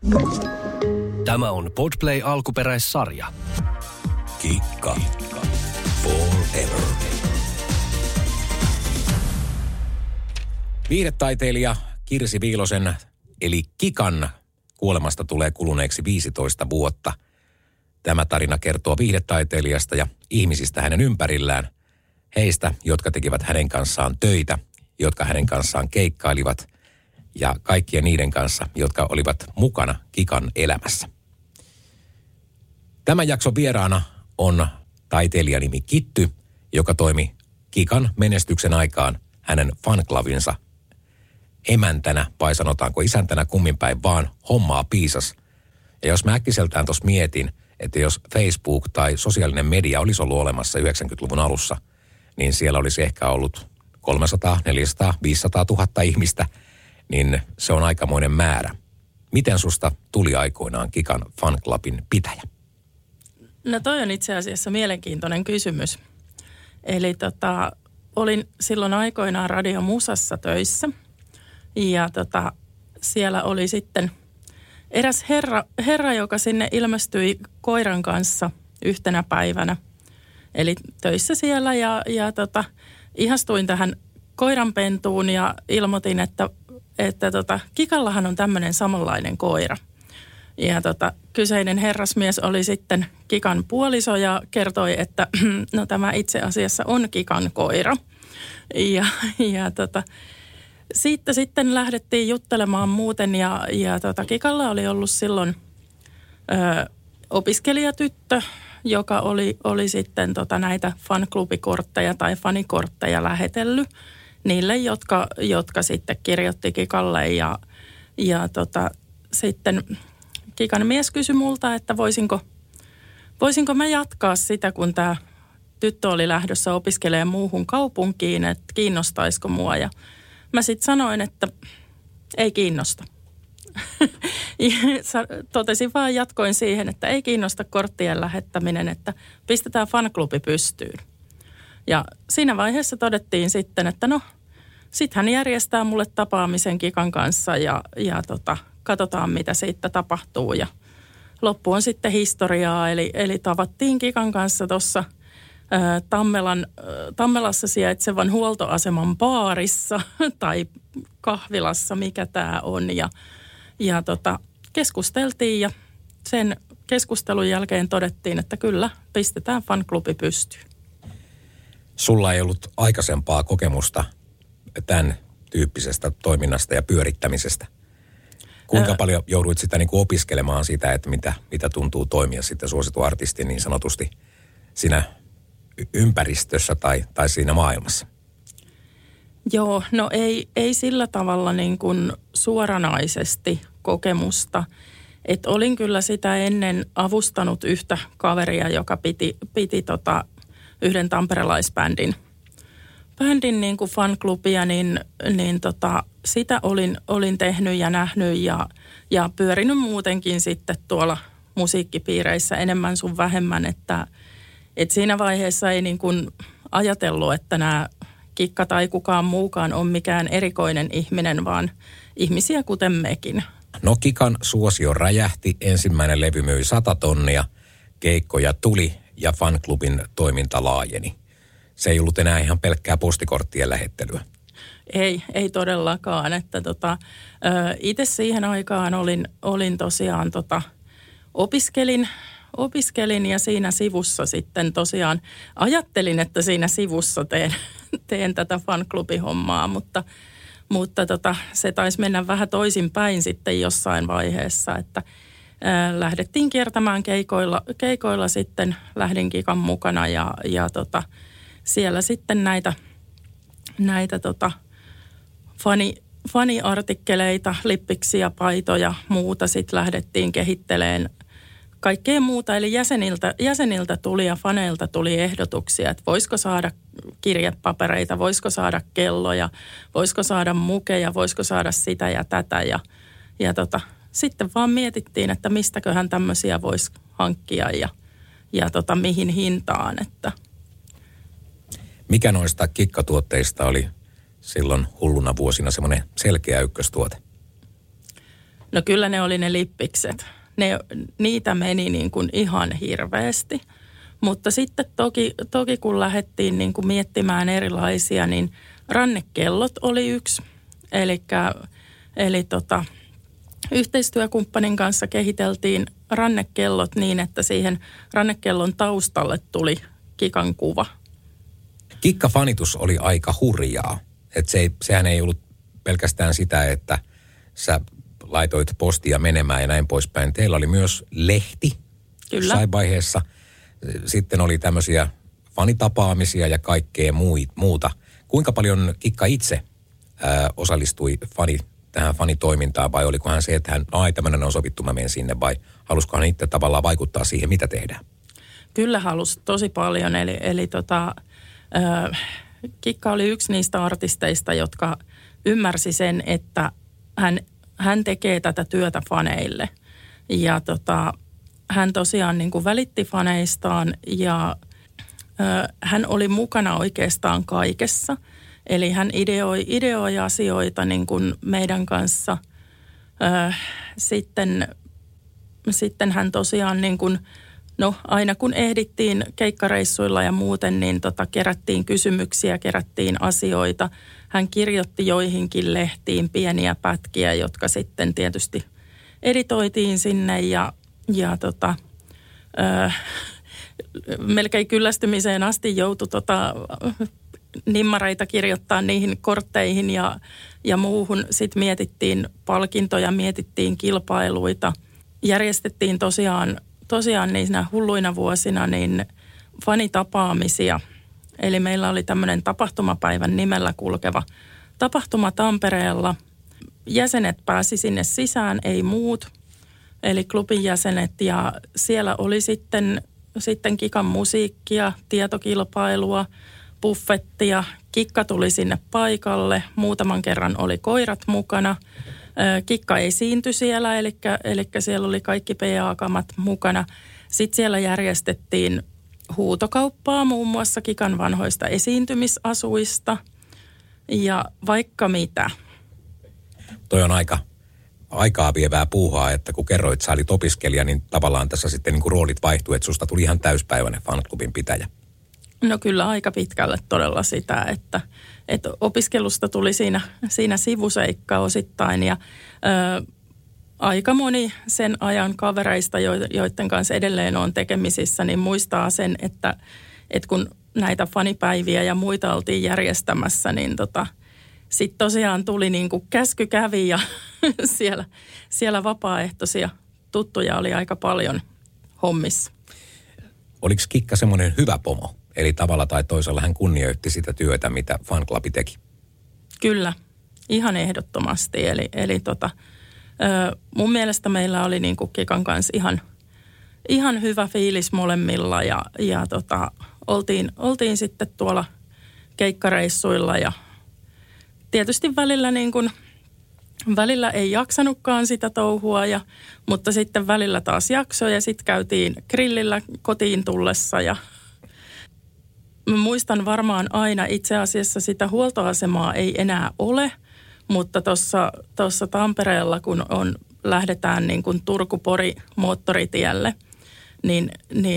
Tämä on Podplay alkuperäissarja. Kikka. Forever. Viihdetaiteilija Kirsi Viilosen eli Kikan kuolemasta tulee kuluneeksi 15 vuotta. Tämä tarina kertoo viihdetaiteilijasta ja ihmisistä hänen ympärillään. Heistä, jotka tekivät hänen kanssaan töitä, jotka hänen kanssaan keikkailivat ja kaikkien niiden kanssa, jotka olivat mukana Kikan elämässä. Tämän jakson vieraana on taiteilijanimi Kitty, joka toimi Kikan menestyksen aikaan hänen fanclubinsa emäntänä, vai sanotaanko isäntänä, kumminpäin vaan, hommaa piisas. Ja jos mä äkkiseltään tuossa mietin, että jos Facebook tai sosiaalinen media olisi ollut olemassa 90-luvun alussa, niin siellä olisi ehkä ollut 300, 400, 500 000 ihmistä, niin se on aikamoinen määrä. Miten susta tuli aikoinaan Kikan fanclubin pitäjä? No toi on itse asiassa mielenkiintoinen kysymys. Eli olin silloin aikoinaan Radio Musassa töissä ja siellä oli sitten eräs herra, joka sinne ilmestyi koiran kanssa yhtenä päivänä. Eli töissä siellä ja ihastuin tähän koiranpentuun ja ilmoitin, että Kikallahan on tämmöinen samanlainen koira. Ja kyseinen herrasmies oli sitten Kikan puoliso ja kertoi, että no tämä itse asiassa on Kikan koira. Ja siitä sitten lähdettiin juttelemaan muuten ja Kikalla oli ollut silloin opiskelijatyttö, joka oli sitten näitä fanklubikortteja tai fanikortteja lähetellyt niille, jotka sitten kirjoitti Kikalle ja sitten Kikan mies kysyi multa, että voisinko mä jatkaa sitä, kun tämä tyttö oli lähdössä opiskelemaan muuhun kaupunkiin, että kiinnostaisiko mua. Ja mä sitten sanoin, että ei kiinnosta. Totesin vaan, jatkoin siihen, että ei kiinnosta korttien lähettäminen, että pistetään fanklubi pystyyn. Ja siinä vaiheessa todettiin sitten, että no, sit hän järjestää mulle tapaamisen Kikan kanssa ja katsotaan, mitä siitä tapahtuu. Ja loppu on sitten historiaa, eli tavattiin Kikan kanssa tuossa Tammelassa sijaitsevan huoltoaseman baarissa tai kahvilassa, mikä tämä on. Ja keskusteltiin ja sen keskustelun jälkeen todettiin, että kyllä, pistetään fanklubi pystyyn. Sulla ei ollut aikaisempaa kokemusta tämän tyyppisestä toiminnasta ja pyörittämisestä. Kuinka paljon jouduit sitä niin kuin opiskelemaan sitä, että mitä tuntuu toimia sitten suositun artistin niin sanotusti siinä ympäristössä tai siinä maailmassa? Joo, no ei sillä tavalla niin kuin suoranaisesti kokemusta. Et olin kyllä sitä ennen avustanut yhtä kaveria, joka piti yhden tamperelaisbändin niin kuin fanklubia, niin sitä olin tehnyt ja nähnyt ja pyörinyt muutenkin sitten tuolla musiikkipiireissä enemmän sun vähemmän, että siinä vaiheessa ei niin kuin ajatellut, että nämä Kikka tai kukaan muukaan on mikään erikoinen ihminen, vaan ihmisiä kuten mekin. No Kikan suosio räjähti, ensimmäinen levy myi 100 tonnia, keikkoja tuli ja fanklubin toiminta laajeni. Se ei ollut enää ihan pelkkää postikorttien lähettelyä. Ei todellakaan, että itse siihen aikaan olin tosiaan opiskelin ja siinä sivussa sitten tosiaan ajattelin, että siinä sivussa teen tätä fanklubihommaa, mutta se taisi mennä vähän toisinpäin sitten jossain vaiheessa, että lähdettiin kiertämään keikoilla sitten, lähdin Kikan mukana ja siellä sitten näitä faniartikkeleita, lippiksiä, paitoja, muuta sitten lähdettiin kehittelemään kaikkea muuta. Eli jäseniltä tuli ja faneilta tuli ehdotuksia, että voisiko saada kirjepapereita, voisiko saada kelloja, voisiko saada mukeja, voisiko saada sitä ja tätä. Ja sitten vaan mietittiin, että mistäköhän tämmöisiä voisi hankkia ja mihin hintaan. Että. Mikä noista kikkatuotteista oli silloin hulluna vuosina semmoinen selkeä ykköstuote? No kyllä ne oli ne lippikset. Niitä meni niin kuin ihan hirveästi. Mutta sitten toki kun lähdettiin niin kuin miettimään erilaisia, niin rannekellot oli yksi. Eli yhteistyökumppanin kanssa kehiteltiin rannekellot niin, että siihen rannekellon taustalle tuli Kikan kuva. Kikkafanitus oli aika hurjaa. Sehän ei ollut pelkästään sitä, että sä laitoit postia menemään ja näin poispäin. Teillä oli myös lehti jossain vaiheessa. Sitten oli tämmöisiä fanitapaamisia ja kaikkea muuta. Kuinka paljon Kikka itse osallistui tähän fanitoimintaan vai olikohan se, että tämmöinen on sovittu, mä menen sinne vai halusiko hän itse tavallaan vaikuttaa siihen, mitä tehdään? Kyllä halusi tosi paljon, eli Kikka oli yksi niistä artisteista, jotka ymmärsi sen, että hän tekee tätä työtä faneille. Ja hän tosiaan niin kuin välitti faneistaan ja hän oli mukana oikeastaan kaikessa. Eli hän ideoi asioita niin kuin meidän kanssa. Sitten hän tosiaan niin kuin, aina kun ehdittiin keikkareissuilla ja muuten, niin kerättiin kysymyksiä, kerättiin asioita. Hän kirjoitti joihinkin lehtiin pieniä pätkiä, jotka sitten tietysti editoitiin sinne ja melkein kyllästymiseen asti joutui nimmareita kirjoittaa niihin kortteihin ja muuhun. Sitten mietittiin palkintoja, mietittiin kilpailuita. Järjestettiin tosiaan niinä hulluina vuosina niin fanitapaamisia. Eli meillä oli tämmöinen tapahtumapäivän nimellä kulkeva tapahtuma Tampereella. Jäsenet pääsi sinne sisään, ei muut. Eli klubin jäsenet ja siellä oli sitten Kikan musiikkia, tietokilpailua, buffettia. Kikka tuli sinne paikalle. Muutaman kerran oli koirat mukana. Kikka esiintyi siellä, eli siellä oli kaikki PA-kamat mukana. Sitten siellä järjestettiin huutokauppaa muun muassa Kikan vanhoista esiintymisasuista ja vaikka mitä. Toi on aikaa vievää puuhaa, että kun kerroit, sä olit opiskelija, niin tavallaan tässä sitten niin kuin roolit vaihtui, että susta tuli ihan täyspäiväinen fanklubin pitäjä. No kyllä aika pitkälle todella sitä, että opiskelusta tuli siinä sivuseikka osittain ja aika moni sen ajan kavereista, joiden kanssa edelleen on tekemisissä, niin muistaa sen, että kun näitä fanipäiviä ja muita oltiin järjestämässä, niin sitten tosiaan tuli niin kuin käsky kävi ja siellä vapaaehtoisia tuttuja oli aika paljon hommissa. Oliko Kikka semmoinen hyvä pomo? Eli tavalla tai toisella hän kunnioitti sitä työtä, mitä fanclubi teki? Kyllä, ihan ehdottomasti. Eli mun mielestä meillä oli niin kuin Kikan kanssa ihan hyvä fiilis molemmilla ja oltiin sitten tuolla keikkareissuilla ja tietysti välillä ei jaksanutkaan sitä touhua, mutta sitten välillä taas jaksoi ja sitten käytiin grillillä kotiin tullessa ja mä muistan varmaan aina itse asiassa sitä huoltoasemaa ei enää ole, mutta tuossa Tampereella kun lähdetään niin kuin Turku-Pori moottoritielle, niin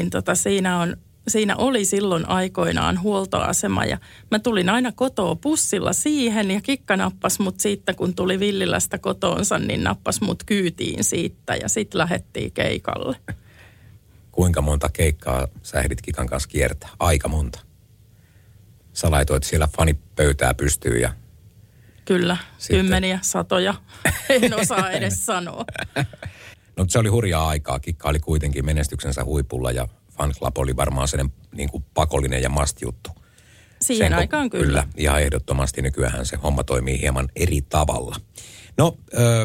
siinä oli silloin aikoinaan huoltoasema ja mä tulin aina kotoa bussilla siihen ja Kikka nappasi mut siitä, kun tuli Villilästä kotoonsa, niin nappasi mut kyytiin siitä ja sitten lähdettiin keikalle. Kuinka monta keikkaa sä ehdit Kikan kanssa kiertää? Aika monta. Sä laitoit siellä fanipöytää pystyyn ja... Kyllä, sitten... kymmeniä, satoja. En osaa edes sanoa. No se oli hurjaa aikaa. Kikka oli kuitenkin menestyksensä huipulla ja fanclub oli varmaan sellainen niin kuin pakollinen ja must-juttu. Siihen aikaan kyllä. Kyllä, ihan ehdottomasti. Nykyään se homma toimii hieman eri tavalla. No,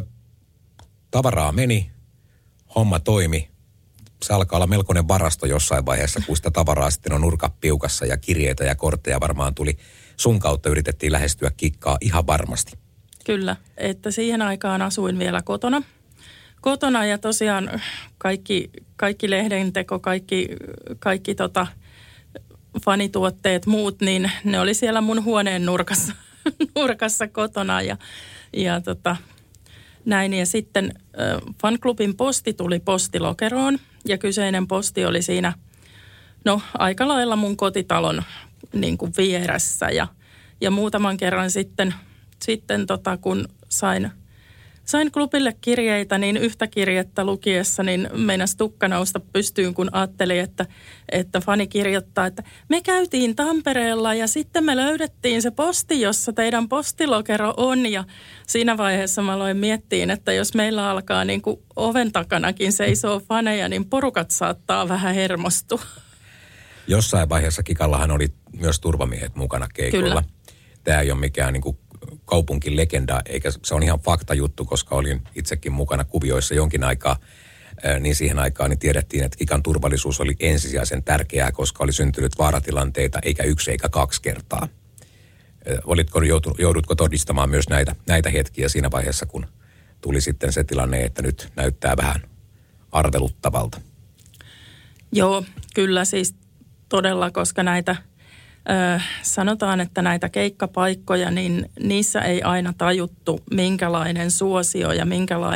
tavaraa meni, homma toimi. Se alkaa olla melkoinen varasto jossain vaiheessa, kun sitä tavaraa sitten on nurkat piukassa ja kirjeitä ja kortteja varmaan tuli. Sun kautta yritettiin lähestyä Kikkaa ihan varmasti. Kyllä, että siihen aikaan asuin vielä kotona ja tosiaan kaikki lehdenteko, kaikki fanituotteet, muut, niin ne oli siellä mun huoneen nurkassa kotona ja näin. Ja sitten fanklubin posti tuli postilokeroon ja kyseinen posti oli siinä aika lailla mun kotitalon niin kuin vieressä. Ja muutaman kerran sitten kun sain klubille kirjeitä, niin yhtä kirjettä lukiessa, niin meinasi tukka nousta pystyyn, kun ajattelin, että fani kirjoittaa, että me käytiin Tampereella ja sitten me löydettiin se posti, jossa teidän postilokero on. Ja siinä vaiheessa mä aloin miettiin, että jos meillä alkaa niin kuin oven takanakin seisoo faneja, niin porukat saattaa vähän hermostua. Jossain vaiheessa Kikallahan oli myös turvamiehet mukana keikolla. Kyllä. Tämä ei ole mikään niin kuin kaupunkilegenda, eikä se on ihan faktajuttu, koska olin itsekin mukana kuvioissa jonkin aikaa. Niin siihen aikaan niin tiedettiin, että Kikan turvallisuus oli ensisijaisen tärkeää, koska oli syntynyt vaaratilanteita eikä 1 eikä 2 kertaa. Joudutko todistamaan myös näitä hetkiä siinä vaiheessa, kun tuli sitten se tilanne, että nyt näyttää vähän arveluttavalta? Joo, kyllä siis todella, koska sanotaan, että näitä keikkapaikkoja, niin niissä ei aina tajuttu, minkälainen suosio ja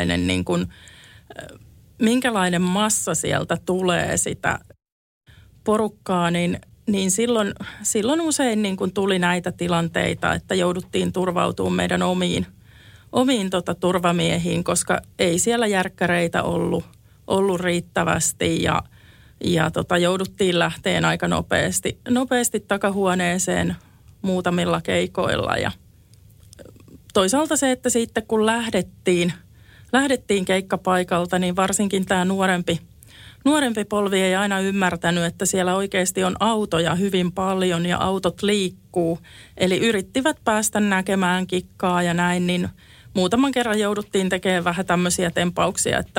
minkälainen massa sieltä tulee sitä porukkaa, niin silloin usein niin kuin tuli näitä tilanteita, että jouduttiin turvautumaan meidän omiin turvamiehiin, koska ei siellä järkkäreitä ollut riittävästi ja jouduttiin lähteen aika nopeasti takahuoneeseen muutamilla keikoilla. Ja toisaalta se, että sitten kun lähdettiin keikkapaikalta, niin varsinkin tämä nuorempi polvi ei aina ymmärtänyt, että siellä oikeasti on autoja hyvin paljon ja autot liikkuu. Eli yrittivät päästä näkemään kikkaa ja näin, niin muutaman kerran jouduttiin tekemään vähän tämmöisiä tempauksia, että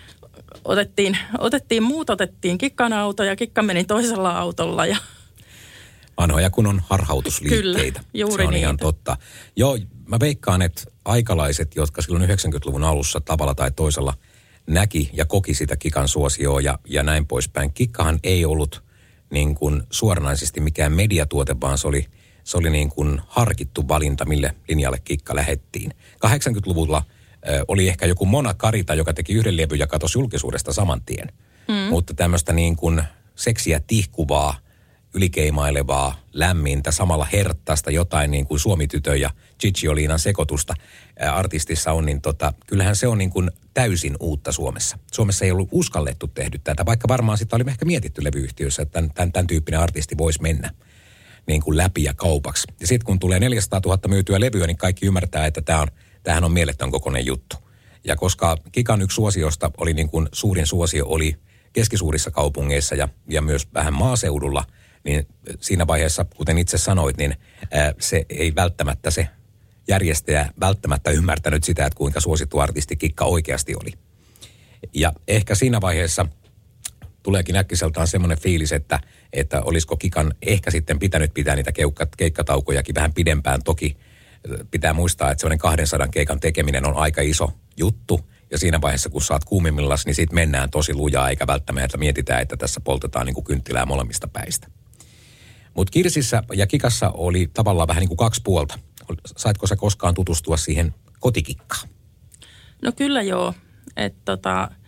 otettiin Kikkan auto ja Kikka meni toisella autolla. Ja vanhoja kun on harhautusliikkeitä. Kyllä, juuri se on niitä. ihan totta. Joo, mä veikkaan, että aikalaiset, jotka silloin 90-luvun alussa tavalla tai toisella näki ja koki sitä Kikan suosioa ja näin poispäin. Kikkahan ei ollut niin kuin suoranaisesti mikään mediatuote, vaan se oli niin kuin harkittu valinta, mille linjalle Kikka lähettiin. 80-luvulla oli ehkä joku Mona Karita, joka teki yhden levyn ja katosi julkisuudesta saman tien. Mutta tämmöistä niin kuin seksiä tihkuvaa, ylikeimailevaa, lämmintä, samalla herttaista, jotain niin kuin Suomi-tytön ja Cicciolinan sekoitusta artistissa on, niin kyllähän se on niin kuin täysin uutta Suomessa. Suomessa ei ollut uskallettu tehdä tätä, vaikka varmaan sitä oli ehkä mietitty levyyhtiössä, että tämän tyyppinen artisti voisi mennä niin kuin läpi ja kaupaksi. Ja sitten kun tulee 400 000 myytyä levyä, niin kaikki ymmärtää, että tämähän on mieletön kokoinen juttu. Ja koska Kikan yksi suosiosta oli niin kuin suurin suosio oli keskisuurissa kaupungeissa ja myös vähän maaseudulla, niin siinä vaiheessa, kuten itse sanoit, niin se ei välttämättä se järjestäjä välttämättä ymmärtänyt sitä, että kuinka suosittu artisti Kikka oikeasti oli. Ja ehkä siinä vaiheessa tuleekin äkkiseltään semmoinen fiilis, että olisiko Kikan ehkä sitten pitänyt pitää niitä keikkataukojakin vähän pidempään. Toki pitää muistaa, että semmoinen 200 keikan tekeminen on aika iso juttu. Ja siinä vaiheessa, kun sä oot kuumimmillas, niin siitä mennään tosi lujaa, eikä välttämättä mietitään, että tässä poltetaan niin kuin kynttilää molemmista päistä. Mutta Kirsissä ja Kikassa oli tavallaan vähän niin kuin 2 puolta. Saitko sä koskaan tutustua siihen kotikikkaan? No kyllä joo. Että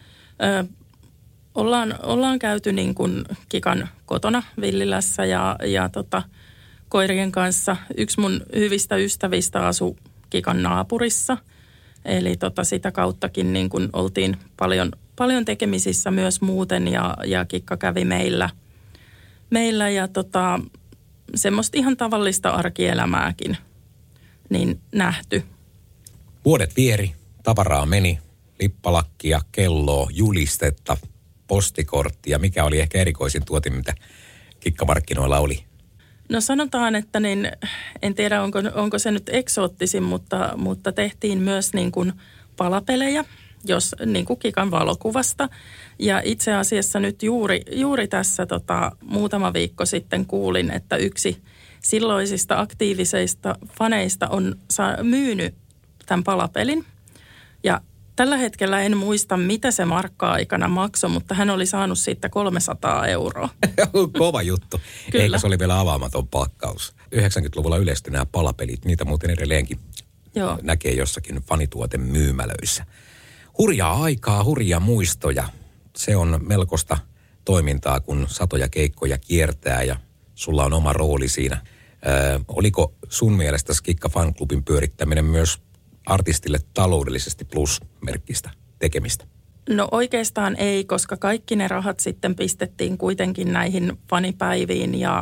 ollaan käyty niin kuin Kikan kotona Villilässä ja koirien kanssa. Yksi mun hyvistä ystävistä asui Kikan naapurissa. Eli sitä kauttakin niin kuin oltiin paljon tekemisissä myös muuten ja Kikka kävi meillä ja semmoista ihan tavallista arkielämääkin niin nähty. Vuodet vieri, tavaraa meni, lippalakkia, kelloa, julistetta, postikorttia. Mikä oli ehkä erikoisin tuote, mitä Kikkamarkkinoilla oli? No sanotaan, että en tiedä onko se nyt eksoottisin, mutta tehtiin myös niin kuin palapelejä, jos niin kuin Kikan valokuvasta. Ja itse asiassa nyt juuri tässä muutama viikko sitten kuulin, että yksi silloisista aktiivisista faneista on myynyt tämän palapelin. Ja tällä hetkellä en muista, mitä se markka-aikana maksoi, mutta hän oli saanut siitä 300 €. Kova juttu. Eikä se oli vielä avaamaton pakkaus. 90-luvulla yleistyi nämä palapelit. Niitä muuten edelleenkin näkee jossakin fanituotemyymälöissä. Hurjaa aikaa, hurjia muistoja. Se on melkoista toimintaa, kun satoja keikkoja kiertää ja sulla on oma rooli siinä. Oliko sun mielestä Kikka Fanklubin pyörittäminen myös artistille taloudellisesti plusmerkkistä tekemistä? No oikeastaan ei, koska kaikki ne rahat sitten pistettiin kuitenkin näihin fanipäiviin ja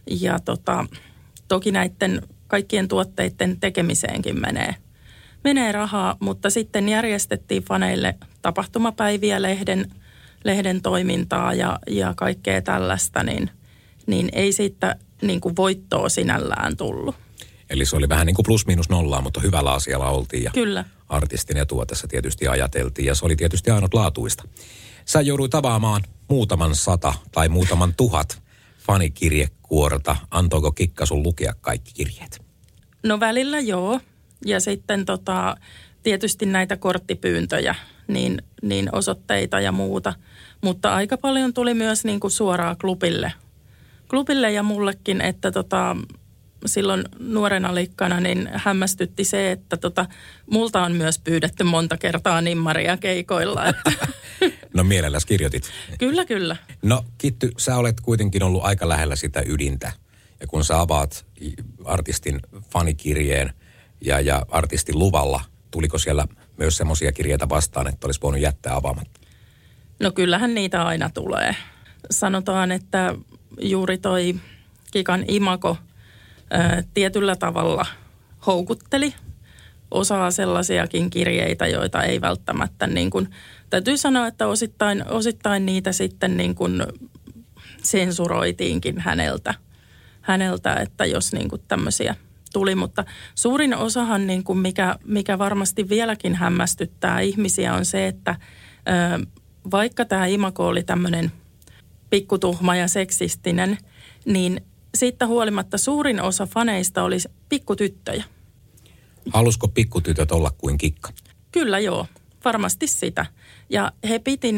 toki näiden kaikkien tuotteiden tekemiseenkin menee rahaa, mutta sitten järjestettiin faneille tapahtumapäiviä, lehden toimintaa ja kaikkea tällaista, niin ei siitä niin kuin voittoa sinällään tullut. Eli se oli vähän niin kuin plus miinus nollaa, mutta hyvällä asialla oltiin ja kyllä. Artistin etua tässä tietysti ajateltiin ja se oli tietysti ainutlaatuista. Sä jouduit avaamaan muutaman 100 tai muutaman 1000 fanikirjekuorta. Antoiko Kikka sun lukea kaikki kirjeet? No välillä joo. Ja sitten tietysti näitä korttipyyntöjä, niin osoitteita ja muuta. Mutta aika paljon tuli myös niin kuin suoraan klubille ja mullekin, että silloin nuorena likkana niin hämmästytti se, että multa on myös pyydetty monta kertaa nimmaria keikoilla. Että. No mielelläsi kirjoitit. Kyllä. No Kitty, sä olet kuitenkin ollut aika lähellä sitä ydintä. Ja kun sä avaat artistin fanikirjeen ja artistin luvalla, tuliko siellä myös semmoisia kirjeitä vastaan, että olisi voinut jättää avaamatta? No kyllähän niitä aina tulee. Sanotaan, että juuri toi Kikan imago tietyllä tavalla houkutteli. Osaa sellaisiakin kirjeitä, joita ei välttämättä niin kuin, täytyy sanoa, että osittain niitä sitten niin kuin sensuroitiinkin häneltä, että jos niin kuin tämmöisiä tuli. Mutta suurin osahan, niin kuin mikä varmasti vieläkin hämmästyttää ihmisiä, on se, että vaikka tämä imago oli tämmöinen pikkutuhma ja seksistinen, niin siitä huolimatta suurin osa faneista oli pikkutyttöjä. Halusko pikkutytöt olla kuin Kikka? Kyllä joo, varmasti sitä. Ja he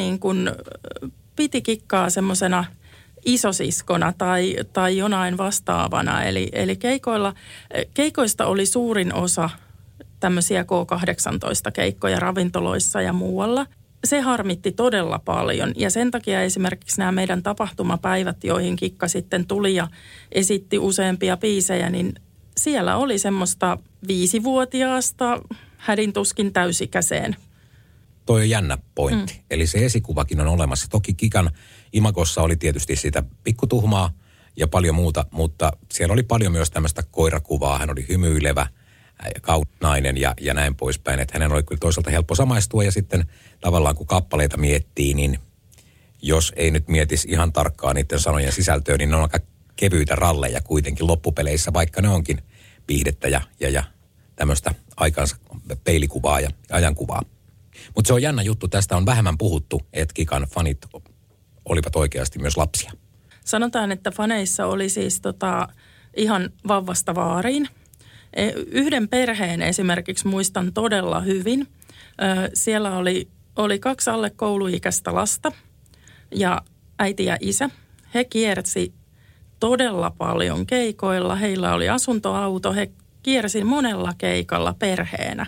piti Kikkaa semmoisena isosiskona tai jonain vastaavana. Eli keikoista oli suurin osa tämmöisiä K18-keikkoja ravintoloissa ja muualla. Se harmitti todella paljon ja sen takia esimerkiksi nämä meidän tapahtumapäivät, joihin Kikka sitten tuli ja esitti useampia biisejä, niin siellä oli semmoista 5-vuotiaasta hädintuskin täysikäiseen. Toi on jännä pointti. Eli se esikuvakin on olemassa. Toki Kikan imagossa oli tietysti sitä pikkutuhmaa ja paljon muuta, mutta siellä oli paljon myös tämmöistä koirakuvaa. Hän oli hymyilevä, kaunainen ja näin poispäin. Että hänen oli kyllä toisaalta helppo samaistua ja sitten tavallaan kun kappaleita miettii, niin jos ei nyt mietisi ihan tarkkaan niiden sanojen sisältöä, niin ne on aika kevyitä ralleja kuitenkin loppupeleissä, vaikka ne onkin viihdettä ja tämmöistä aikansa peilikuvaa ja ajankuvaa. Mutta se on jännä juttu, tästä on vähemmän puhuttu, että Kikan fanit olivat oikeasti myös lapsia. Sanotaan, että faneissa oli siis ihan vauvasta vaariin. Yhden perheen esimerkiksi muistan todella hyvin. Siellä oli 2 alle kouluikäistä lasta ja äiti ja isä. He kiersi todella paljon keikoilla. Heillä oli asuntoauto. He kiersi monella keikalla perheenä.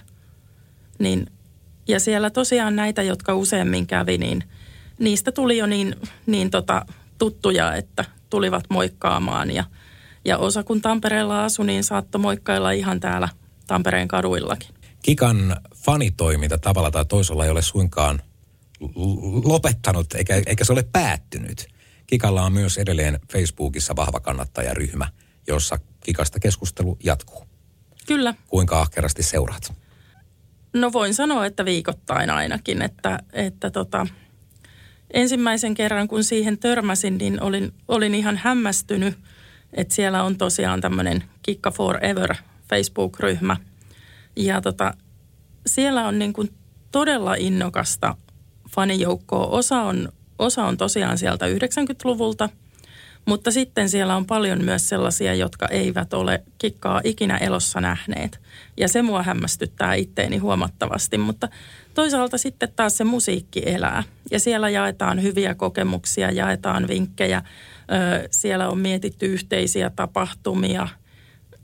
Ja siellä tosiaan näitä, jotka useammin kävi, niin niistä tuli jo niin tuttuja, että tulivat moikkaamaan. Ja osa kun Tampereella asui, niin saattoi moikkailla ihan täällä Tampereen kaduillakin. Kikan fanitoiminta tavalla tai toisella ei ole suinkaan lopettanut, eikä se ole päättynyt. Kikalla on myös edelleen Facebookissa vahva kannattajaryhmä, jossa Kikasta keskustelu jatkuu. Kyllä. Kuinka ahkerasti seuraat? No voin sanoa, että viikoittain ainakin, että ensimmäisen kerran kun siihen törmäsin, niin olin ihan hämmästynyt, että siellä on tosiaan tämmöinen Kikka Forever Facebook-ryhmä. Ja siellä on niin kuin todella innokasta fanijoukkoa. Osa on tosiaan sieltä 90-luvulta, mutta sitten siellä on paljon myös sellaisia, jotka eivät ole Kikkaa ikinä elossa nähneet. Ja se mua hämmästyttää itteeni huomattavasti, mutta toisaalta sitten taas se musiikki elää. Ja siellä jaetaan hyviä kokemuksia, jaetaan vinkkejä. Siellä on mietitty yhteisiä tapahtumia.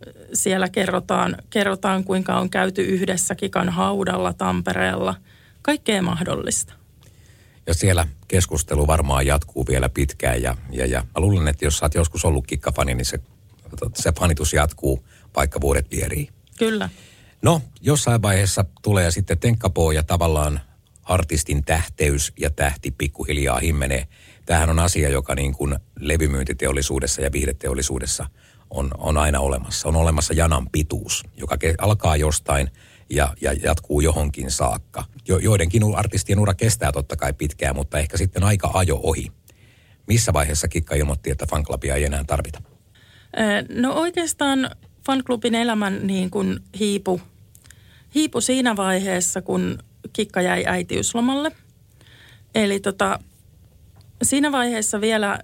siellä kerrotaan, kuinka on käyty yhdessä Kikan haudalla Tampereella. Kaikkea mahdollista. Ja siellä keskustelu varmaan jatkuu vielä pitkään ja mä luulen, että jos sä oot joskus ollut Kikka-fani, niin se fanitus jatkuu, vaikka vuodet vierii. Kyllä. No, jossain vaiheessa tulee sitten tenkkapoo ja tavallaan artistin tähteys ja tähti pikkuhiljaa himmenee. Tämähän on asia, joka niin kuin levymyyntiteollisuudessa ja viihdeteollisuudessa on aina olemassa. On olemassa janan pituus, joka alkaa jostain ja jatkuu johonkin saakka. Joidenkin artistien ura kestää totta kai pitkään, mutta ehkä sitten aika ajo ohi. Missä vaiheessa Kikka ilmoitti, että fanclubia ei enää tarvita? No oikeastaan fanklubin elämän niin kuin hiipu siinä vaiheessa, kun Kikka jäi äitiyslomalle. Eli siinä vaiheessa vielä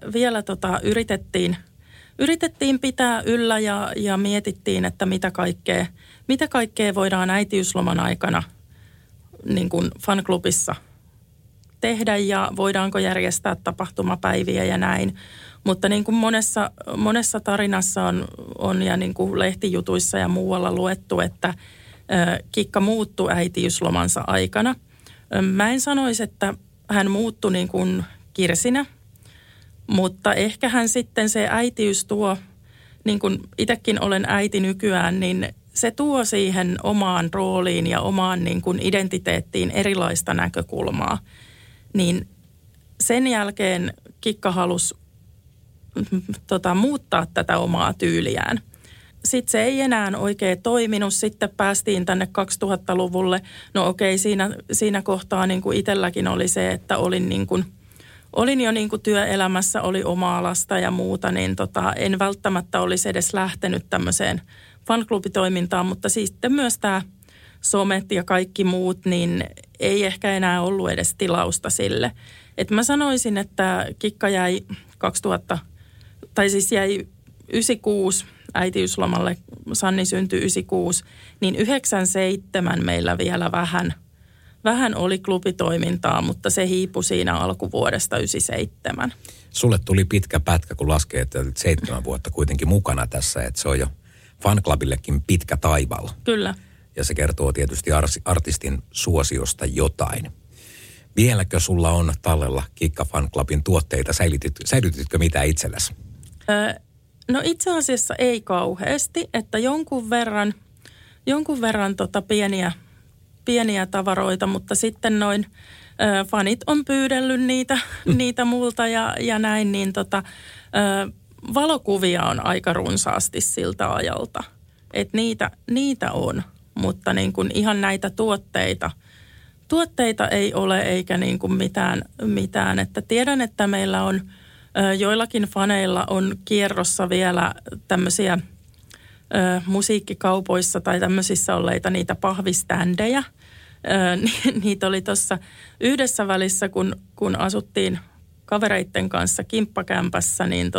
yritettiin pitää yllä ja mietittiin, että mitä kaikkea voidaan äitiysloman aikana niin kuin fanklubissa tehdä ja voidaanko järjestää tapahtumapäiviä ja näin. Mutta niin kuin monessa tarinassa on ja niin kuin lehtijutuissa ja muualla luettu, että Kikka muuttui äitiyslomansa aikana. Mä en sanoisi, että hän muuttui niin kuin kirsinä, mutta ehkä hän sitten se äitiys tuo, niin kuin itsekin olen äiti nykyään, niin se tuo siihen omaan rooliin ja omaan niin kuin identiteettiin erilaista näkökulmaa. Niin sen jälkeen Kikka halusi muuttaa tätä omaa tyyliään. Sitten se ei enää oikein toiminut. Sitten päästiin tänne 2000-luvulle. No okei, siinä kohtaa niin kuin itselläkin oli se, että olin jo niin kuin työelämässä, oli omaa lasta ja muuta, niin en välttämättä olisi edes lähtenyt tämmöiseen fanklubitoimintaan, mutta sitten myös tämä somet ja kaikki muut, niin ei ehkä enää ollut edes tilausta sille. Et mä sanoisin, että Kikka jäi 96 äitiyslomalle, Sanni syntyi 96, niin 97 meillä vielä vähän oli klubitoimintaa, mutta se hiipui siinä alkuvuodesta 97. Sulle tuli pitkä pätkä, kun laskee, että olet 7 vuotta kuitenkin mukana tässä, että se on jo fanclubillekin pitkä taival. Kyllä. Ja se kertoo tietysti artistin suosiosta jotain. Vieläkö sulla on tallella Kikka Fanclubin tuotteita? Säilytitkö mitä itsellesi? No itse asiassa ei kauheasti, että jonkun verran pieniä tavaroita, mutta sitten noin fanit on pyydellyt niitä multa ja näin, niin valokuvia on aika runsaasti siltä ajalta. Että niitä on, mutta niin kuin ihan näitä tuotteita ei ole eikä niin kuin mitään. Että tiedän, että meillä on joillakin faneilla on kierrossa vielä tämmöisiä musiikkikaupoissa tai tämmöisissä olleita niitä pahviständejä. Niitä oli tuossa yhdessä välissä, kun asuttiin kavereitten kanssa kimppakämpässä, niin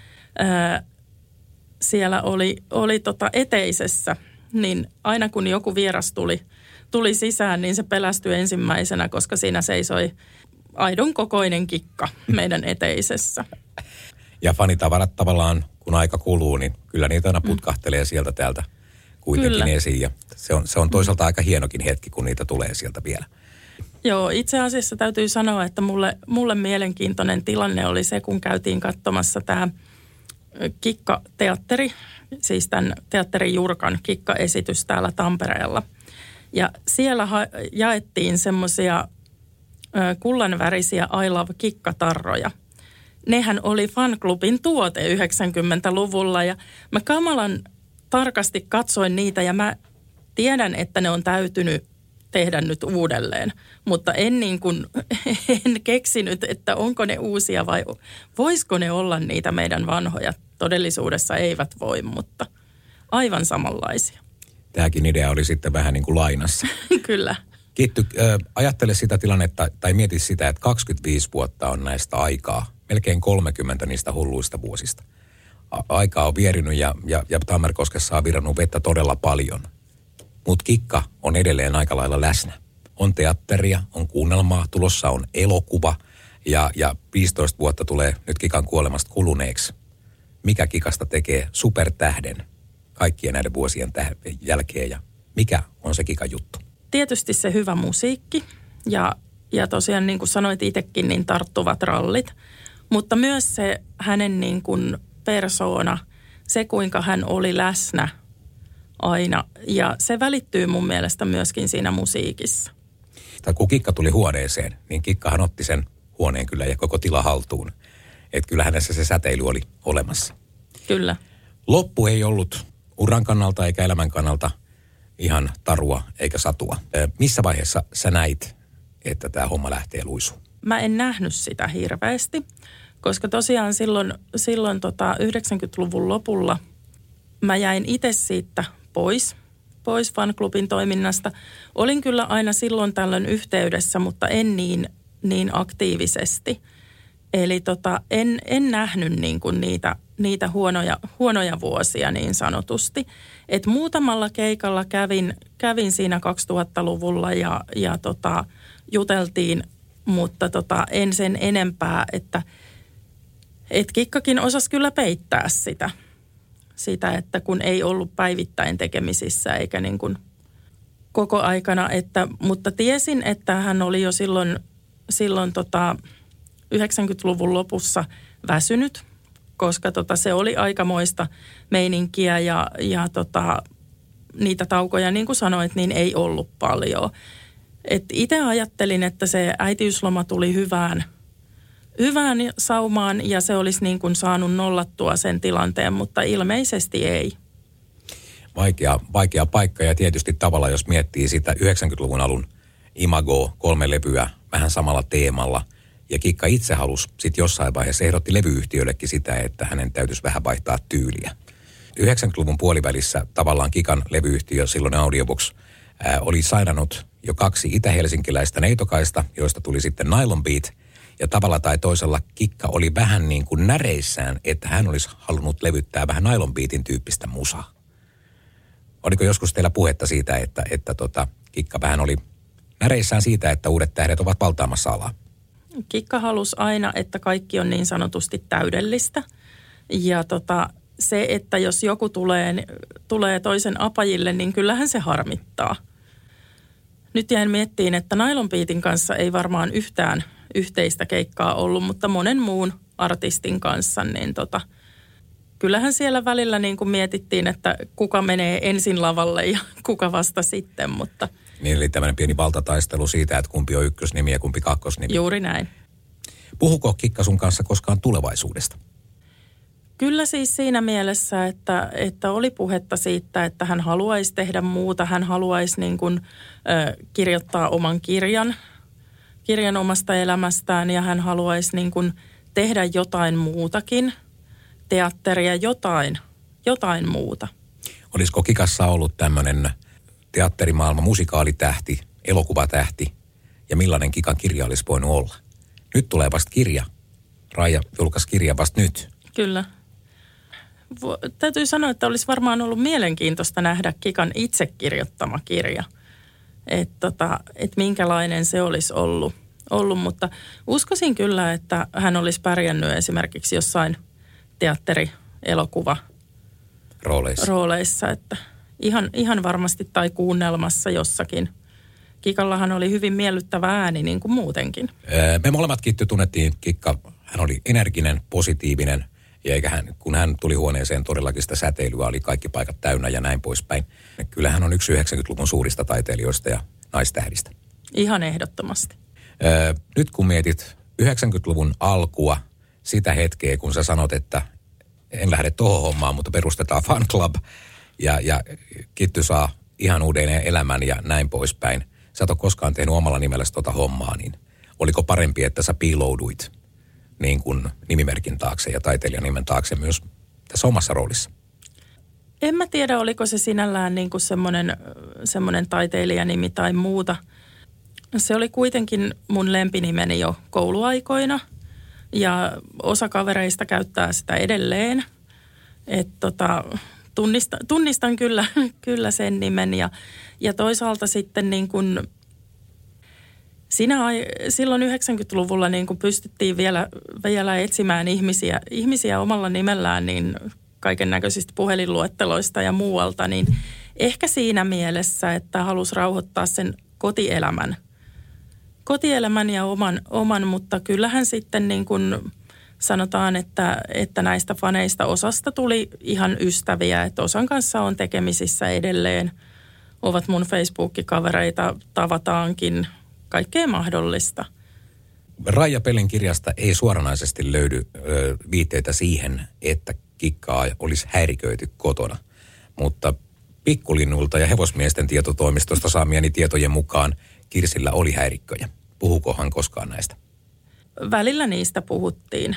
siellä oli eteisessä, niin aina kun joku vieras tuli sisään, niin se pelästyi ensimmäisenä, koska siinä seisoi aidon kokoinen Kikka meidän eteisessä. Ja fanitavarat tavallaan, kun aika kuluu, niin kyllä niitä aina putkahtelee sieltä täältä kuitenkin kyllä esiin. Ja se on toisaalta aika hienokin hetki, kun niitä tulee sieltä vielä. Joo, itse asiassa täytyy sanoa, että mulle mielenkiintoinen tilanne oli se, kun käytiin katsomassa tämä Kikka-teatteri, siis tämän Teatteri Jurkan Kikka-esitys täällä Tampereella. Ja siellä jaettiin semmoisia kullanvärisiä I Love Kikka-tarroja. Nehän oli fanklubin tuote 90-luvulla ja mä kamalan tarkasti katsoin niitä ja mä tiedän, että ne on täytynyt tehdä nyt uudelleen. Mutta en keksinyt, että onko ne uusia vai voisiko ne olla niitä meidän vanhoja. Todellisuudessa eivät voi, mutta aivan samanlaisia. Tämäkin idea oli sitten vähän niin kuin lainassa. Kyllä. Kitty, ajattele sitä tilannetta tai mieti sitä, että 25 vuotta on näistä aikaa. Melkein 30 niistä hulluista vuosista. Aikaa on vierinyt ja Tammerkoskessa on virannut vettä todella paljon. Mutta Kikka on edelleen aika lailla läsnä. On teatteria, on kuunnelmaa, tulossa on elokuva ja 15 vuotta tulee nyt Kikan kuolemasta kuluneeksi. Mikä Kikasta tekee supertähden kaikkien näiden vuosien jälkeen ja mikä on se Kikan juttu? Tietysti se hyvä musiikki ja tosiaan niin kuin sanoit itsekin, niin tarttuvat rallit, mutta myös se hänen niin kuin persoona, se kuinka hän oli läsnä aina ja se välittyy mun mielestä myöskin siinä musiikissa. Tai kun Kikka tuli huoneeseen, niin Kikkahan otti sen huoneen kyllä ja koko tila haltuun. Että kyllä hänessä se säteily oli olemassa. Kyllä. Loppu ei ollut uran kannalta eikä elämän kannalta ihan tarua eikä satua. Missä vaiheessa sä näit, että tämä homma lähtee luisuun? Mä en nähnyt sitä hirveästi, koska tosiaan silloin 90-luvun lopulla mä jäin itse siitä pois fanklubin toiminnasta. Olin kyllä aina silloin tällöin yhteydessä, mutta en niin aktiivisesti. Eli en nähnyt niin kuin niitä huonoja vuosia niin sanotusti. Et muutamalla keikalla kävin siinä 2000-luvulla ja juteltiin, mutta en sen enempää, että Kikkakin osasi kyllä peittää sitä, että kun ei ollut päivittäin tekemisissä eikä niin kuin koko aikana, mutta tiesin, että hän oli jo silloin 90-luvun lopussa väsynyt, koska se oli aikamoista meininkiä ja niitä taukoja, niin kuin sanoit, niin ei ollut paljon. Itse ajattelin, että se äitiysloma tuli hyvään saumaan ja se olisi niin kuin saanut nollattua sen tilanteen, mutta ilmeisesti ei. Vaikea paikka ja tietysti tavalla, jos miettii sitä 90-luvun alun imagoa, 3 levyä vähän samalla teemalla. Ja Kikka itse halusi sitten jossain vaiheessa, ehdotti levyyhtiöllekin sitä, että hänen täytyisi vähän vaihtaa tyyliä. 90-luvun puolivälissä tavallaan Kikan levyyhtiö, silloin Audiobox, oli sainannut jo 2 itä-helsinkiläistä neitokaista, joista tuli sitten Nylon Beat. Ja tavalla tai toisella Kikka oli vähän niin kuin näreissään, että hän olisi halunnut levyttää vähän Nylon Beatin tyyppistä musaa. Oliko joskus teillä puhetta siitä, että Kikka vähän oli näreissään siitä, että uudet tähdet ovat valtaamassa alaa? Kikka halusi aina, että kaikki on niin sanotusti täydellistä. Ja se, että jos joku tulee toisen apajille, niin kyllähän se harmittaa. Nyt jäin miettiin, että Nylon Beatin kanssa ei varmaan yhtään yhteistä keikkaa ollut, mutta monen muun artistin kanssa, niin kyllähän siellä välillä niin kuin mietittiin, että kuka menee ensin lavalle ja kuka vasta sitten, mutta... Niin, eli tämmöinen pieni valtataistelu siitä, että kumpi on ykkösnimi ja kumpi kakkosnimi. Juuri näin. Puhuko Kikka sun kanssa koskaan tulevaisuudesta? Kyllä siis siinä mielessä, että oli puhetta siitä, että hän haluaisi tehdä muuta. Hän haluaisi niin kuin, kirjoittaa oman kirjan omasta elämästään ja hän haluaisi niin kuin tehdä jotain muutakin, teatteria, jotain muuta. Olisiko Kikassa ollut tämmöinen teatterimaailma, musikaalitähti, elokuvatähti ja millainen Kikan kirja olisi voinut olla? Nyt tulee vasta kirja. Raija julkaisi kirja vasta nyt. Kyllä. Täytyy sanoa, että olisi varmaan ollut mielenkiintoista nähdä Kikan itse kirjoittama kirja. Että minkälainen se olisi ollut, mutta uskoisin kyllä, että hän olisi pärjännyt esimerkiksi jossain teatteri-elokuva rooleissa, että ihan varmasti tai kuunnelmassa jossakin. Kikallahan oli hyvin miellyttävä ääni niin kuin muutenkin. Me molemmat Kitty tunnettiin Kikka, hän oli energinen, positiivinen ja kun hän tuli huoneeseen todellakin sitä säteilyä, oli kaikki paikat täynnä ja näin poispäin. Kyllä hän on yksi 90-luvun suurista taiteilijoista ja naistähdistä. Ihan ehdottomasti. Nyt kun mietit 90-luvun alkua, sitä hetkeä, kun sä sanot, että en lähde tohon hommaan, mutta perustetaan fan club ja Kitty saa ihan uuden elämän ja näin poispäin. Sä et ole koskaan tehnyt omalla nimelläsi tota hommaa, niin oliko parempi, että sä piilouduit niin kuin nimimerkin taakse ja taiteilijan nimen taakse myös tässä omassa roolissa? En mä tiedä, oliko se sinällään niin kuin semmoinen taiteilijanimi tai muuta. Se oli kuitenkin mun lempinimeni jo kouluaikoina ja osa kavereista käyttää sitä edelleen. Tunnistan kyllä sen nimen ja toisaalta sitten niin kuin silloin 90-luvulla niin kuin pystyttiin vielä etsimään ihmisiä omalla nimellään, niin kaiken näköisistä puhelinluetteloista ja muualta, niin ehkä siinä mielessä, että halusi rauhoittaa sen kotielämän ja oman, mutta kyllähän sitten niin kuin sanotaan, että näistä faneista osasta tuli ihan ystäviä, että osan kanssa on tekemisissä edelleen, ovat mun Facebook-kavereita, tavataankin, kaikkea mahdollista. Raija Pellin kirjasta ei suoranaisesti löydy viitteitä siihen, että Kikkaa olisi häiriköity kotona, mutta pikkulinnulta ja hevosmiesten tietotoimistosta saamieni tietojen mukaan Kirsillä oli häirikköjä. Puhuukohan koskaan näistä? Välillä niistä puhuttiin.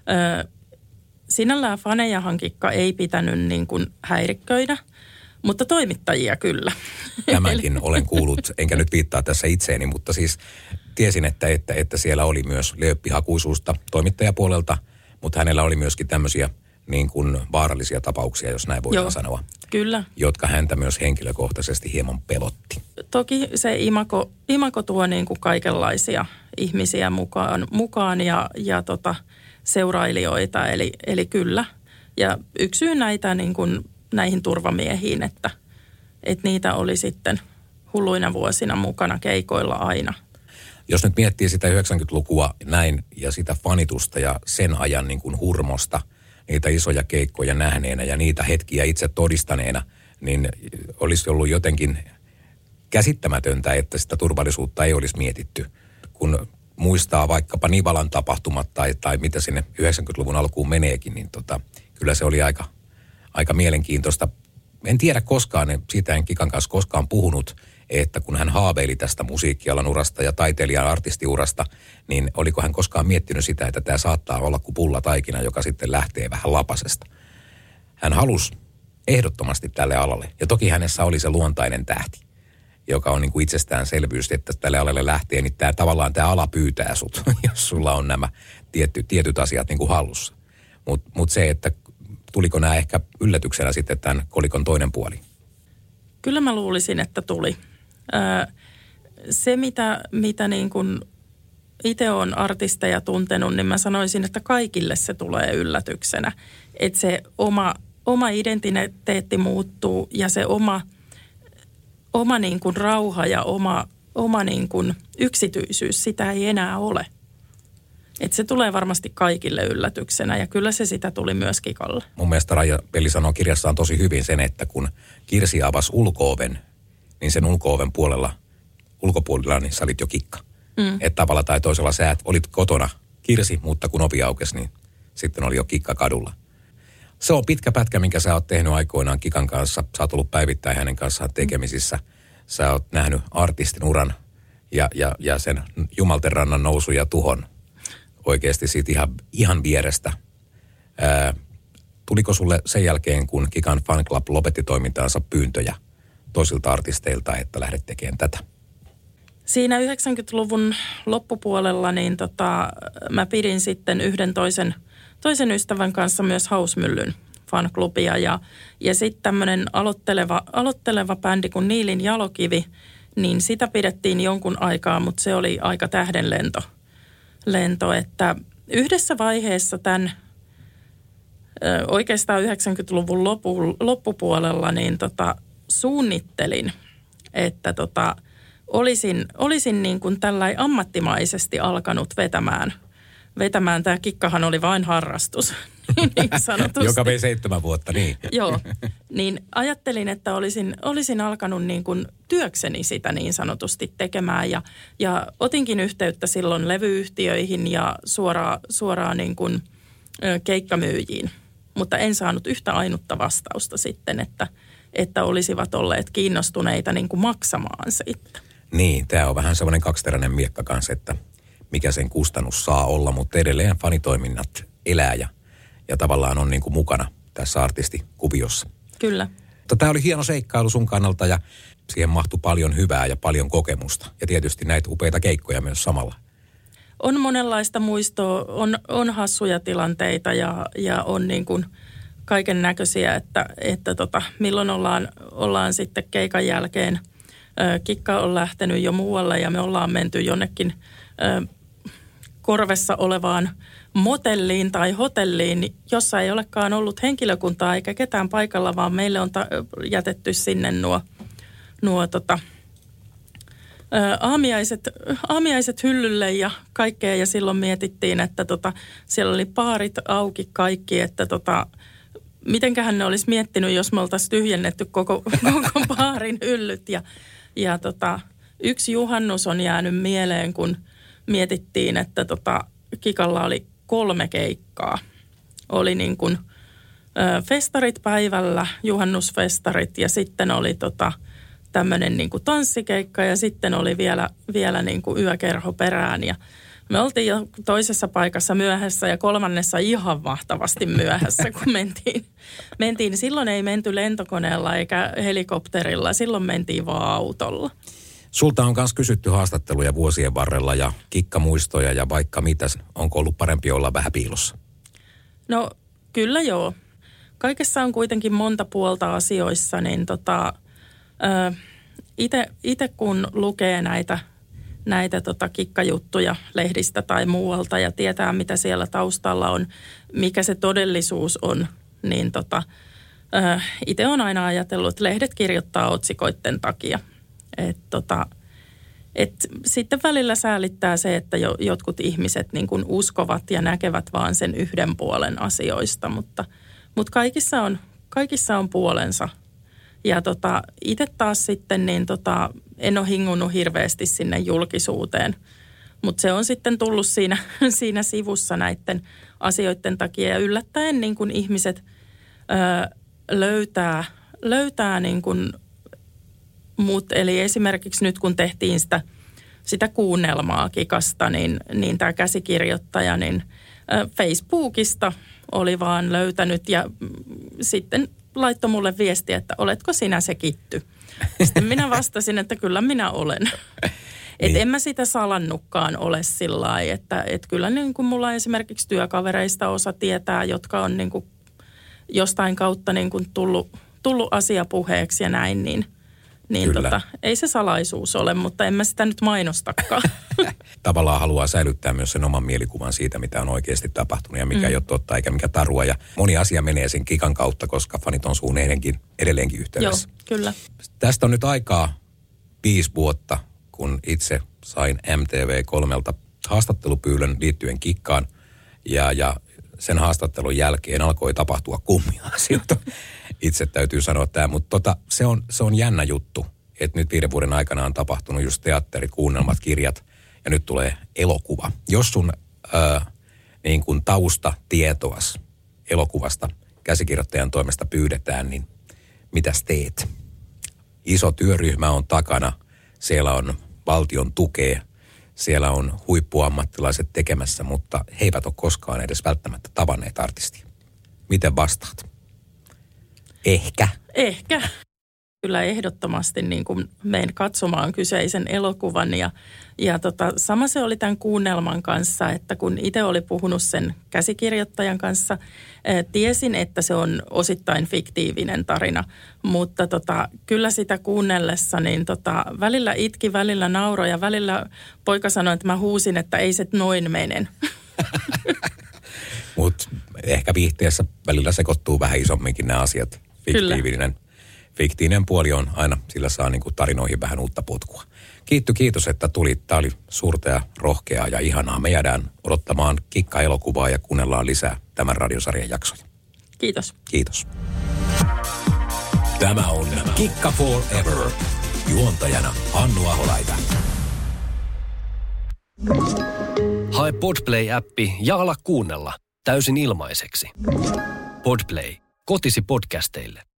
Sinällään fanejahan Kikka ei pitänyt niin kuin häirikköidä, mutta toimittajia kyllä. Tämänkin olen kuullut, enkä nyt viittaa tässä itseeni, mutta siis tiesin, että siellä oli myös lööppihakuisuutta toimittajapuolelta, mutta hänellä oli myöskin tämmöisiä niin kuin vaarallisia tapauksia, jos näin voidaan sanoa. Kyllä. Jotka häntä myös henkilökohtaisesti hieman pelotti. Toki se imako tuo niin kuin kaikenlaisia ihmisiä mukaan ja seurailijoita, eli kyllä. Ja yksi syy näihin turvamiehiin, että niitä oli sitten hulluina vuosina mukana keikoilla aina. Jos nyt miettii sitä 90-lukua näin ja sitä fanitusta ja sen ajan niin kuin hurmosta, niitä isoja keikkoja nähneenä ja niitä hetkiä itse todistaneena, niin olisi ollut jotenkin käsittämätöntä, että sitä turvallisuutta ei olisi mietitty. Kun muistaa vaikkapa Nivalan tapahtumat tai mitä sinne 90-luvun alkuun meneekin, niin kyllä se oli aika mielenkiintoista. En tiedä koskaan, siitä en Kikan kanssa koskaan puhunut, että kun hän haaveili tästä musiikkialan urasta ja taiteilijan artistiurasta, niin oliko hän koskaan miettinyt sitä, että tämä saattaa olla kuin pullataikina, joka sitten lähtee vähän lapasesta. Hän halusi ehdottomasti tälle alalle, ja toki hänessä oli se luontainen tähti, joka on niin kuin itsestäänselvyys, että tälle alalle lähtee, niin tavallaan tämä ala pyytää sut, jos sulla on nämä tietyt asiat niin kuin hallussa. Mut se, että tuliko nämä ehkä yllätyksenä sitten tämän kolikon toinen puoli? Kyllä mä luulisin, että tuli. Se, mitä niin kuin itse olen artisteja tuntenut, niin mä sanoisin, että kaikille se tulee yllätyksenä. Että se oma identiteetti muuttuu ja se oma niin kuin rauha ja oma niin kuin yksityisyys, sitä ei enää ole. Että se tulee varmasti kaikille yllätyksenä ja kyllä se sitä tuli myös Kikalle. Mun mielestä Raija Pelli sanoo kirjassaan tosi hyvin sen, että kun Kirsi avasi ulko-oven, niin sen ulko-oven ulkopuolella niin sä olit jo Kikka. Että tavalla tai toisella sä olit kotona Kirsi, mutta kun ovi aukesi, niin sitten oli jo Kikka kadulla. Se on pitkä pätkä, minkä sä oot tehnyt aikoinaan Kikan kanssa. Sä oot ollut päivittäin hänen kanssaan tekemisissä. Sä oot nähnyt artistin uran ja sen Jumaltenrannan nousu ja tuhon oikeasti siitä ihan vierestä. Tuliko sulle sen jälkeen, kun Kikan Fan Club lopetti toimintaansa, pyyntöjä toisilta artisteilta, että lähdet tekemään tätä? Siinä 90-luvun loppupuolella niin mä pidin sitten yhden toisen ystävän kanssa myös Hausmyllyn fanklubia ja sitten tämmöinen aloitteleva bändi kuin Niilin Jalokivi, niin sitä pidettiin jonkun aikaa, mutta se oli aika tähdenlento, että yhdessä vaiheessa tämän oikeastaan 90-luvun loppupuolella niin suunnittelin, että olisin niin kuin tällainen ammattimaisesti alkanut vetämään. Tämä Kikkahan oli vain harrastus, niin sanotusti. Joka vei 7 vuotta, niin. Joo, niin ajattelin, että olisin alkanut niin kuin työkseni sitä niin sanotusti tekemään ja otinkin yhteyttä silloin levyyhtiöihin ja suoraan niin kuin keikkamyyjiin. Mutta en saanut yhtä ainutta vastausta sitten, että olisivat olleet kiinnostuneita niin kuin maksamaan siitä. Niin, tämä on vähän semmoinen kaksiteräinen miekka kanssa, että mikä sen kustannus saa olla, mutta edelleen fanitoiminnat elää ja tavallaan on niin kuin mukana tässä artistikuviossa. Kyllä. Tämä oli hieno seikkailu sun kannalta ja siihen mahtui paljon hyvää ja paljon kokemusta ja tietysti näitä upeita keikkoja myös samalla. On monenlaista muistoa, on hassuja tilanteita ja on niin kuin kaiken näköisiä, että milloin ollaan sitten keikan jälkeen. Kikka on lähtenyt jo muualle ja me ollaan menty jonnekin korvessa olevaan motelliin tai hotelliin, jossa ei olekaan ollut henkilökuntaa eikä ketään paikalla, vaan meille on jätetty sinne nuo aamiaiset hyllylle ja kaikkea. Ja silloin mietittiin, että siellä oli baarit auki kaikki, että mitenköhän ne olisi miettinyt, jos me oltaisiin tyhjennetty koko baarin hyllyt. Ja yksi juhannus on jäänyt mieleen, kun mietittiin, että Kikalla oli 3 keikkaa. Oli niin kuin festarit päivällä, juhannusfestarit ja sitten oli tämmöinen niin kuin tanssikeikka ja sitten oli vielä niin kuin yökerho perään. Ja me oltiin jo toisessa paikassa myöhässä ja 3. ihan mahtavasti myöhässä, kun mentiin. Silloin ei menty lentokoneella eikä helikopterilla, silloin mentiin vaan autolla. Sulta on myös kysytty haastatteluja vuosien varrella ja kikkamuistoja ja vaikka mitä. Onko ollut parempi olla vähän piilossa? No kyllä joo. Kaikessa on kuitenkin monta puolta asioissa, niin itse kun lukee näitä kikkajuttuja lehdistä tai muualta ja tietää, mitä siellä taustalla on, mikä se todellisuus on, niin itse olen aina ajatellut, että lehdet kirjoittaa otsikoiden takia. Sitten välillä säälittää se, että jotkut ihmiset niin kuin uskovat ja näkevät vaan sen yhden puolen asioista, mutta kaikissa on puolensa. Ja itse taas sitten niin en ole hingunut hirveästi sinne julkisuuteen, mutta se on sitten tullut siinä sivussa näiden asioiden takia ja yllättäen niin kuin ihmiset löytää niin kuin mut. Eli esimerkiksi nyt kun tehtiin sitä kuunnelmaa Kikasta, niin tämä käsikirjoittaja niin Facebookista oli vaan löytänyt ja sitten laittoi mulle viestiä, että oletko sinä se Kitty? Sitten minä vastasin, että kyllä minä olen. Että en mä sitä salannutkaan ole sillä lailla, että kyllä niin kuin mulla esimerkiksi työkavereista osa tietää, jotka on niin kuin jostain kautta niin kuin tullut asia puheeksi ja näin, niin ei se salaisuus ole, mutta en mä sitä nyt mainostakaan. Tavallaan haluaa säilyttää myös sen oman mielikuvan siitä, mitä on oikeasti tapahtunut ja mikä ei ole totta eikä mikä tarua. Ja moni asia menee sen Kikan kautta, koska fanit on suun edelleenkin yhteydessä. Joo, kyllä. Tästä on nyt aikaa 5 vuotta, kun itse sain MTV3 haastattelupyydön liittyen Kikkaan. Ja sen haastattelun jälkeen alkoi tapahtua kummia asioita. Itse täytyy sanoa tämä, mutta se on jännä juttu, että nyt 5 vuoden aikana on tapahtunut just teatteri, kuunnelmat, kirjat ja nyt tulee elokuva. Jos sun niin kuin taustatietoas elokuvasta käsikirjoittajan toimesta pyydetään, niin mitäs teet? Iso työryhmä on takana, siellä on valtion tukea, siellä on huippuammattilaiset tekemässä, mutta he eivät ole koskaan edes välttämättä tavanneet artistia. Miten vastaat? Ehkä. Kyllä ehdottomasti niin kuin menen katsomaan kyseisen elokuvan ja sama se oli tämän kuunnelman kanssa, että kun itse oli puhunut sen käsikirjoittajan kanssa, tiesin, että se on osittain fiktiivinen tarina, mutta kyllä sitä kuunnellessa niin välillä itki, välillä nauroi ja välillä poika sanoi, että mä huusin, että ei se noin mene. Mutta ehkä viihteessä välillä sekoittuu vähän isomminkin nämä asiat. Fiktiivinen puoli on aina, sillä saa niin kuin tarinoihin vähän uutta potkua. Kiitos, että tulit. Tämä oli suurta ja rohkeaa ja ihanaa. Me jäädään odottamaan Kikka-elokuvaa ja kuunnellaan lisää tämän radiosarjan jaksoja. Kiitos. Tämä on Kikka Forever. Juontajana Hannu Aholaita. Hae Podplay-appi ja ala kuunnella täysin ilmaiseksi. Podplay, kotisi podcasteille.